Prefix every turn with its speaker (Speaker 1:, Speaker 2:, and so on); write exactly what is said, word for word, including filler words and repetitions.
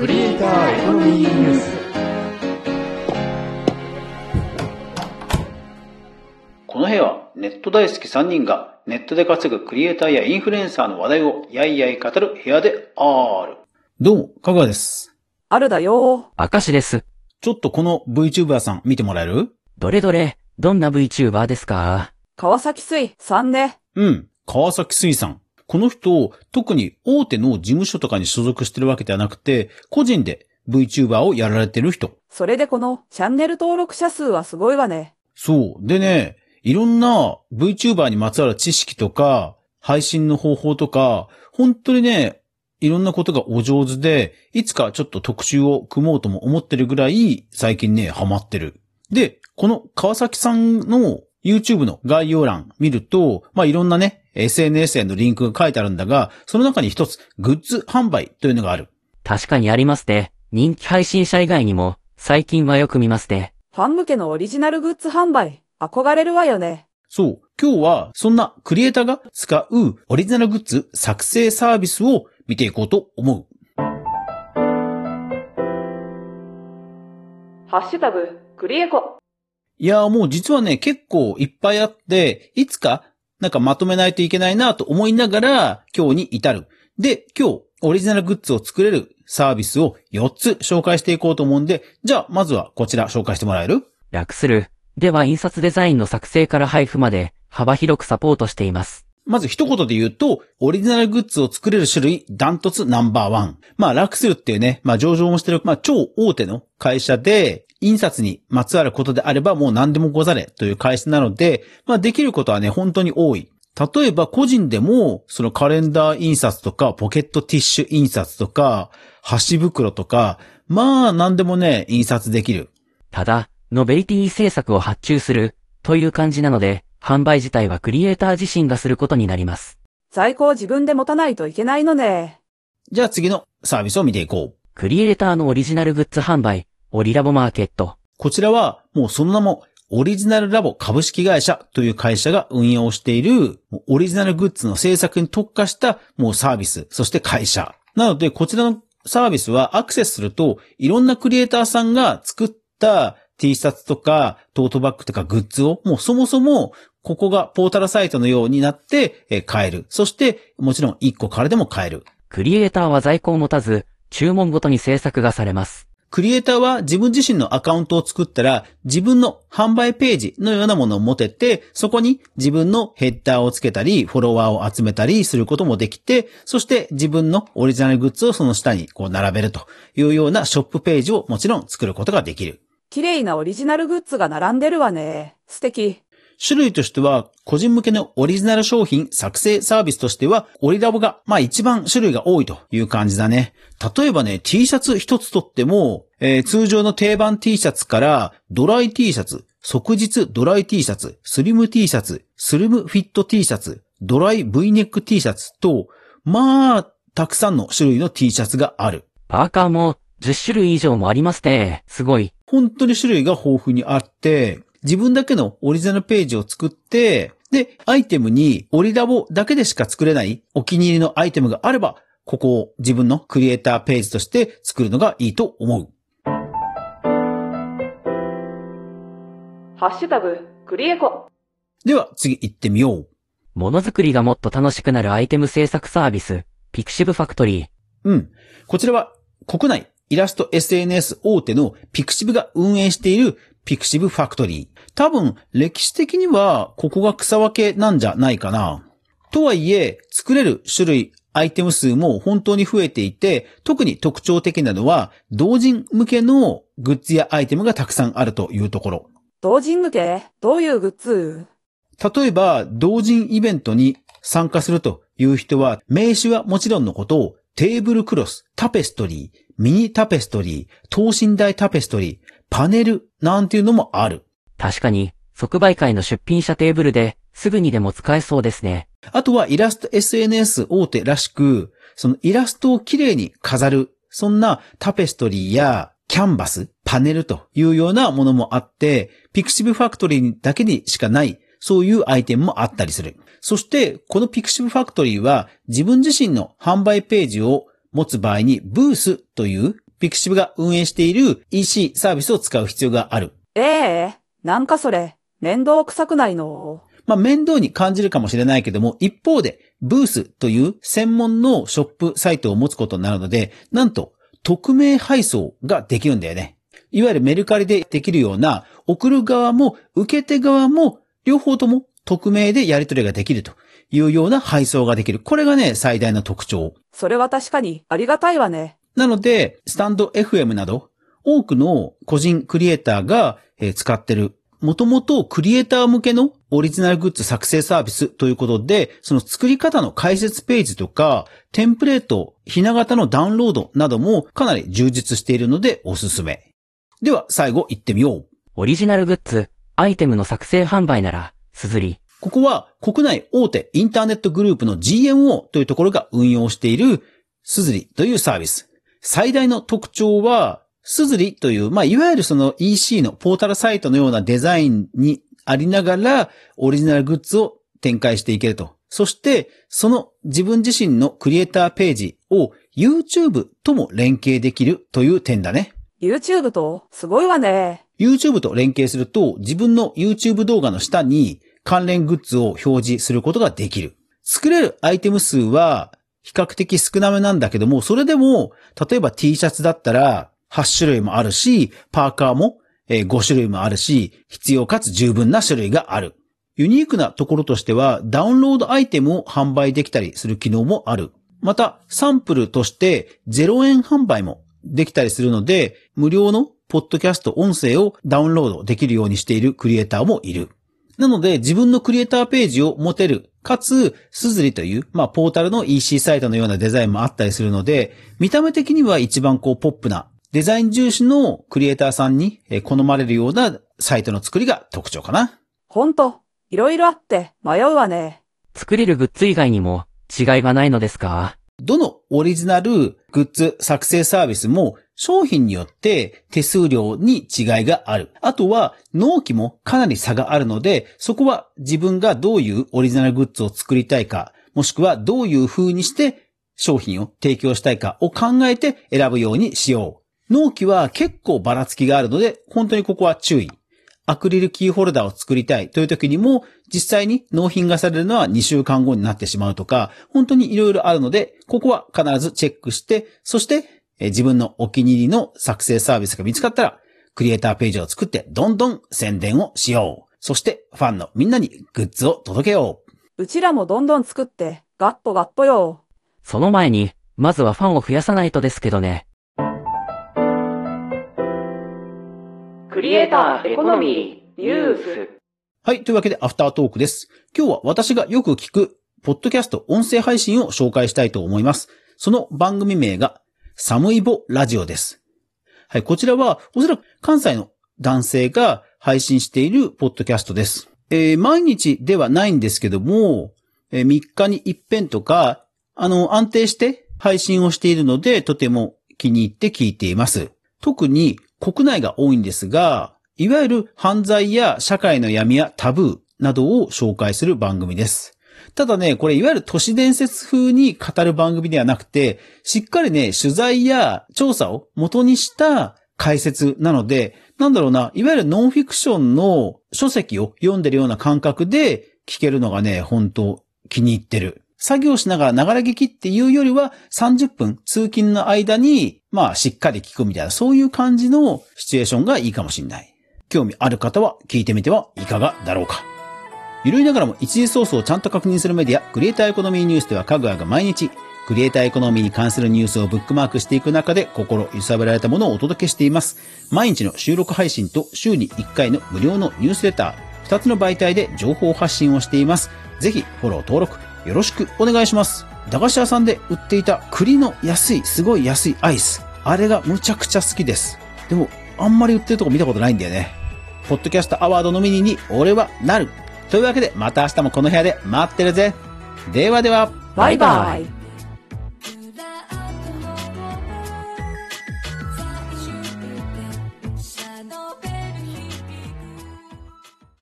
Speaker 1: クリエイターエコノミーニュース。
Speaker 2: この部屋はネット大好きさんにんがネットで稼ぐクリエイターやインフルエンサーの話題をやいやい語る部屋である。どうも、かぐわです。
Speaker 3: あるだよ。
Speaker 4: あかしです。
Speaker 2: ちょっとこの VTuber さん見てもらえる？
Speaker 4: どれどれ、どんな VTuber ですか？
Speaker 3: 川崎水さんね。
Speaker 2: うん、川崎水さん。この人、特に大手の事務所とかに所属してるわけではなくて、個人で VTuber をやられてる人。
Speaker 3: それでこのチャンネル登録者数はすごいわね。
Speaker 2: そう。でね、いろんな VTuber にまつわる知識とか、配信の方法とか、本当にね、いろんなことがお上手で、いつかちょっと特集を組もうとも思ってるぐらい、最近ね、ハマってる。で、この川崎さんの YouTube の概要欄見ると、まあ、いろんなね、エスエヌエス へのリンクが書いてあるんだが、その中に一つ、グッズ販売というのがある。
Speaker 4: 確かにありますね。人気配信者以外にも、最近はよく見ますね。
Speaker 3: ファン向けのオリジナルグッズ販売、憧れるわよね。
Speaker 2: そう。今日は、そんなクリエイターが使うオリジナルグッズ作成サービスを見ていこうと思う。
Speaker 3: ハッシュタグ、クリエコ。
Speaker 2: いやーもう実はね、結構いっぱいあって、いつかなんかまとめないといけないなと思いながら今日に至る。で、今日オリジナルグッズを作れるサービスをよっつ紹介していこうと思うんで、じゃあまずはこちら紹介してもらえる？
Speaker 4: 楽する。では印刷デザインの作成から配布まで幅広くサポートしています。
Speaker 2: まず一言で言うと、オリジナルグッズを作れる種類ダントツナンバーワン。まあラクスルっていうね、まあ上場もしてる、まあ超大手の会社で、印刷にまつわることであればもう何でもござれという会社なので、まあできることはね、本当に多い。例えば個人でも、そのカレンダー印刷とか、ポケットティッシュ印刷とか、箸袋とか、まあ何でもね、印刷できる。
Speaker 4: ただ、ノベリティ制作を発注するという感じなので、販売自体はクリエイター自身がすることになります。
Speaker 3: 在庫を自分で持たないといけないのね。
Speaker 2: じゃあ次のサービスを見ていこう。
Speaker 4: クリエイターのオリジナルグッズ販売、オリラボマーケット。
Speaker 2: こちらはもうその名もオリジナルラボ株式会社という会社が運用しているオリジナルグッズの制作に特化したもうサービス、そして会社。なのでこちらのサービスはアクセスするといろんなクリエイターさんが作った T シャツとかトートバッグとかグッズをもうそもそもここがポータルサイトのようになって買える。そしてもちろんいっこからでも買える。
Speaker 4: クリエイターは在庫を持たず注文ごとに制作がされます。
Speaker 2: クリエイターは自分自身のアカウントを作ったら自分の販売ページのようなものを持てて、そこに自分のヘッダーをつけたり、フォロワーを集めたりすることもできて、そして自分のオリジナルグッズをその下にこう並べるというようなショップページをもちろん作ることができる。
Speaker 3: 綺麗なオリジナルグッズが並んでるわね。素敵。
Speaker 2: 種類としては、個人向けのオリジナル商品作成サービスとしては、オリラボが、まあ一番種類が多いという感じだね。例えばね、T シャツ一つとっても、えー、通常の定番 T シャツから、ドライ T シャツ、即日ドライ T シャツ、スリム T シャツ、スリムフィット T シャツ、ドライ V ネック T シャツと、まあ、たくさんの種類の T シャツがある。
Speaker 4: パーカーもじゅっしゅるい以上もありますね。すごい。
Speaker 2: 本当に種類が豊富にあって、自分だけのオリジナルページを作って、で、アイテムにオリラボだけでしか作れないお気に入りのアイテムがあれば、ここを自分のクリエイターページとして作るのがいいと思う。
Speaker 3: ハッシュタグ、クリエコ。
Speaker 2: では次行ってみよう。
Speaker 4: ものづくりがもっと楽しくなるアイテム制作サービス、ピクシブファクトリー。
Speaker 2: うん。こちらは国内イラスト エスエヌエス 大手のピクシブが運営しているピクシブファクトリー。多分、歴史的には、ここが草分けなんじゃないかな。とはいえ、作れる種類、アイテム数も本当に増えていて、特に特徴的なのは、同人向けのグッズやアイテムがたくさんあるというところ。
Speaker 3: 同人向け？どういうグッズ？
Speaker 2: 例えば、同人イベントに参加するという人は、名刺はもちろんのことを、テーブルクロス、タペストリー、ミニタペストリー、等身大タペストリー、パネルなんていうのもある。
Speaker 4: 確かに、即売会の出品者テーブルですぐにでも使えそうですね。
Speaker 2: あとはイラスト エスエヌエス 大手らしく、そのイラストをきれいに飾る、そんなタペストリーやキャンバス、パネルというようなものもあって、ピクシブファクトリーだけにしかない、そういうアイテムもあったりする。そして、このピクシブファクトリーは自分自身の販売ページを持つ場合にブースというピクシブが運営している イーシー サービスを使う必要がある。
Speaker 3: ええなんかそれ、面倒くさくないの？
Speaker 2: まあ面倒に感じるかもしれないけども、一方でブースという専門のショップサイトを持つことになるので、なんと匿名配送ができるんだよね。いわゆるメルカリでできるような、送る側も受け手側も両方とも匿名でやり取りができるというような配送ができる。これがね、最大の特徴。
Speaker 3: それは確かにありがたいわね。
Speaker 2: なので、スタンド エフエム など多くの個人クリエイターが使ってる。もともとクリエイター向けのオリジナルグッズ作成サービスということで、その作り方の解説ページとか、テンプレート、ひな型のダウンロードなどもかなり充実しているのでおすすめ。では最後行ってみよう。
Speaker 4: オリジナルグッズ、アイテムの作成販売なら、すずり。
Speaker 2: ここは国内大手インターネットグループの ジーエムオー というところが運用しているすずりというサービス。最大の特徴は、すずりという、まあ、いわゆるその イーシー のポータルサイトのようなデザインにありながら、オリジナルグッズを展開していけると。そして、その自分自身のクリエイターページを YouTube とも連携できるという点だね。
Speaker 3: YouTube と、すごいわね。
Speaker 2: YouTube と連携すると、自分の YouTube 動画の下に関連グッズを表示することができる。作れるアイテム数は比較的少なめなんだけども、それでも、例えば T シャツだったら、はち種類もあるし、パーカーもご種類もあるし、必要かつ十分な種類がある。ユニークなところとしては、ダウンロードアイテムを販売できたりする機能もある。また、サンプルとしてゼロえん販売もできたりするので、無料のポッドキャスト音声をダウンロードできるようにしているクリエイターもいる。なので、自分のクリエイターページを持てる。かつ、すずりという、まあ、ポータルの イーシー サイトのようなデザインもあったりするので、見た目的には一番こう、ポップな、デザイン重視のクリエイターさんに好まれるようなサイトの作りが特徴かな。
Speaker 3: ほんと、いろいろあって迷うわね。
Speaker 4: 作れるグッズ以外にも違いがないのですか？
Speaker 2: どのオリジナルグッズ作成サービスも商品によって手数料に違いがある。あとは納期もかなり差があるので、そこは自分がどういうオリジナルグッズを作りたいか、もしくはどういう風にして商品を提供したいかを考えて選ぶようにしよう。納期は結構ばらつきがあるので、本当にここは注意。アクリルキーホルダーを作りたいという時にも、実際に納品がされるのはにしゅうかんごになってしまうとか、本当にいろいろあるので、ここは必ずチェックして、そして自分のお気に入りの作成サービスが見つかったら、クリエイターページを作ってどんどん宣伝をしよう。そしてファンのみんなにグッズを届けよ
Speaker 3: う。うちらもどんどん作って、ガッポガッポよ。
Speaker 4: その前に、まずはファンを増やさないとですけどね。
Speaker 3: クリエイターエコノミーニュース。
Speaker 2: はい。というわけでアフタートークです。今日は私がよく聞くポッドキャスト音声配信を紹介したいと思います。その番組名がサムイボラジオです。はい。こちらはおそらく関西の男性が配信しているポッドキャストです。えー、毎日ではないんですけども、えー、みっかに一遍とか、あの、安定して配信をしているので、とても気に入って聞いています。特に国内が多いんですが、いわゆる犯罪や社会の闇やタブーなどを紹介する番組です。ただね、これいわゆる都市伝説風に語る番組ではなくて、しっかりね、取材や調査を元にした解説なので、なんだろうな、いわゆるノンフィクションの書籍を読んでるような感覚で聞けるのがね、本当気に入ってる。作業しながらながら聞きっていうよりはさんじゅっぷん通勤の間にまあしっかり聞くみたいなそういう感じのシチュエーションがいいかもしれない。興味ある方は聞いてみてはいかがだろうか。ゆるいながらも一時ソースをちゃんと確認するメディアクリエイターエコノミーニュースではかぐわが毎日クリエイターエコノミーに関するニュースをブックマークしていく中で心揺さぶられたものをお届けしています。毎日の収録配信と週にいっかいの無料のニュースレターふたつの媒体で情報発信をしています。ぜひフォロー登録よろしくお願いします。駄菓子屋さんで売っていた栗の安い、すごい安いアイス。あれがむちゃくちゃ好きです。でも、あんまり売ってるとこ見たことないんだよね。ポッドキャストアワードノミニーに俺はなる。というわけで、また明日もこの部屋で待ってるぜ。ではでは、
Speaker 3: バイバイ。